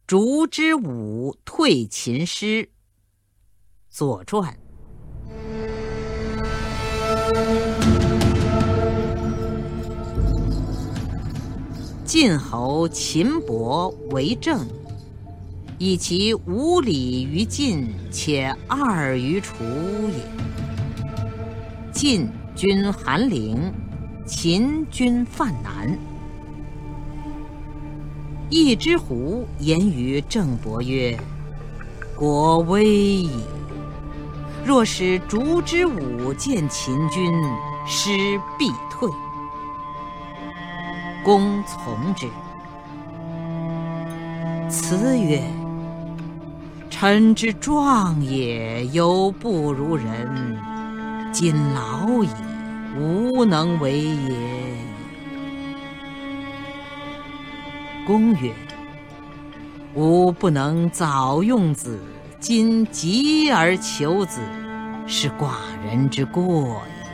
烛之武退秦师。左传。晋侯秦伯为政，以其无礼于晋，且二于楚也。晋军韩陵，秦军犯南。一之狐言于郑伯曰：国危矣！若使烛之武见秦军，师必退。公从之。辞曰：臣之壮也，犹不如人，今老矣，无能为也矣。公曰：吾不能早用子，今急而求子，是寡人之过也。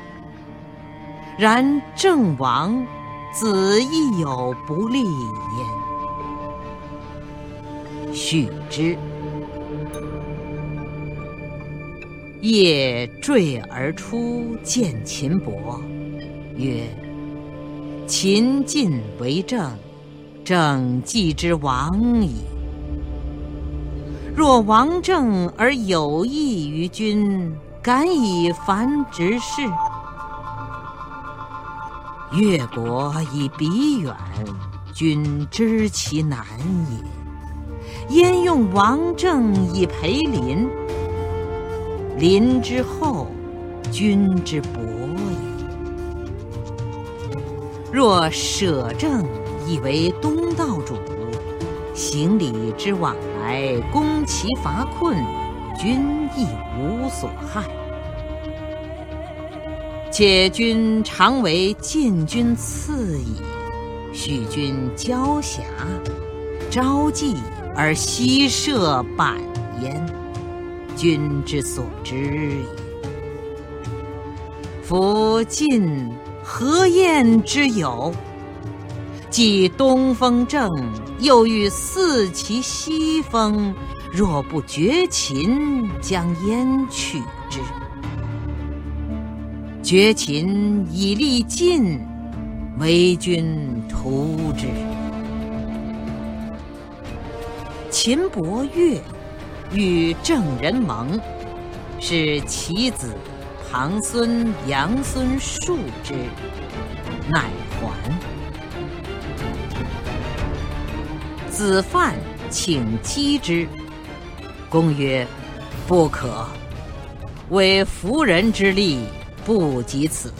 然郑亡，子亦有不利焉。许之。夜坠而出，见秦伯，曰：秦晋为政，政既之亡矣。若亡政而有益于君，敢以凡执事？越国以彼远，君知其难也。焉用王政以培邻？邻之厚，君之薄也。若舍政以为东道主，行礼之往来，攻其伐困，君亦无所害。且君常为晋君次矣，许君交辖，朝祭而夕射板焉，君之所知也。夫晋何晏之有？既东风正，又欲四其西风，若不绝秦，将焉取之？绝秦以利晋，为君图之。秦伯乐与郑人盟，是其子庞孙、杨孙戍之，乃还。子范请击之，公曰：不可，为夫人之力，不及此。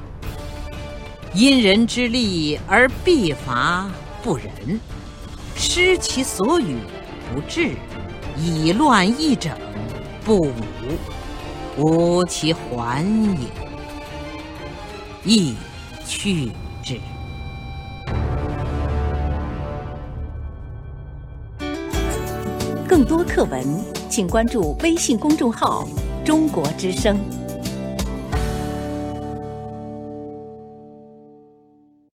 因人之力而必伐，不仁；失其所与，不治；以乱一整，不武，无其还也。亦去之。 更多课文，请关注微信公众号“中国之声”。